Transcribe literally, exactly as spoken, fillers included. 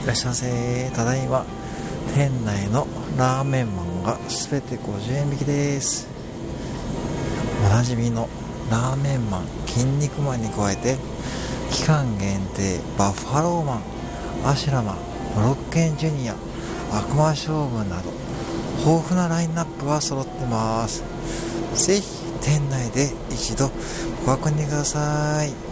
いらっしゃいませ。ただいま店内のラーメンマンがすべてごじゅうえん引きです。おなじみのラーメンマン、筋肉マンに加えて期間限定バッファローマン、アシュラマン、モロッケンジュニア、悪魔将軍など豊富なラインナップが揃ってます。ぜひ店内で一度ご確認ください。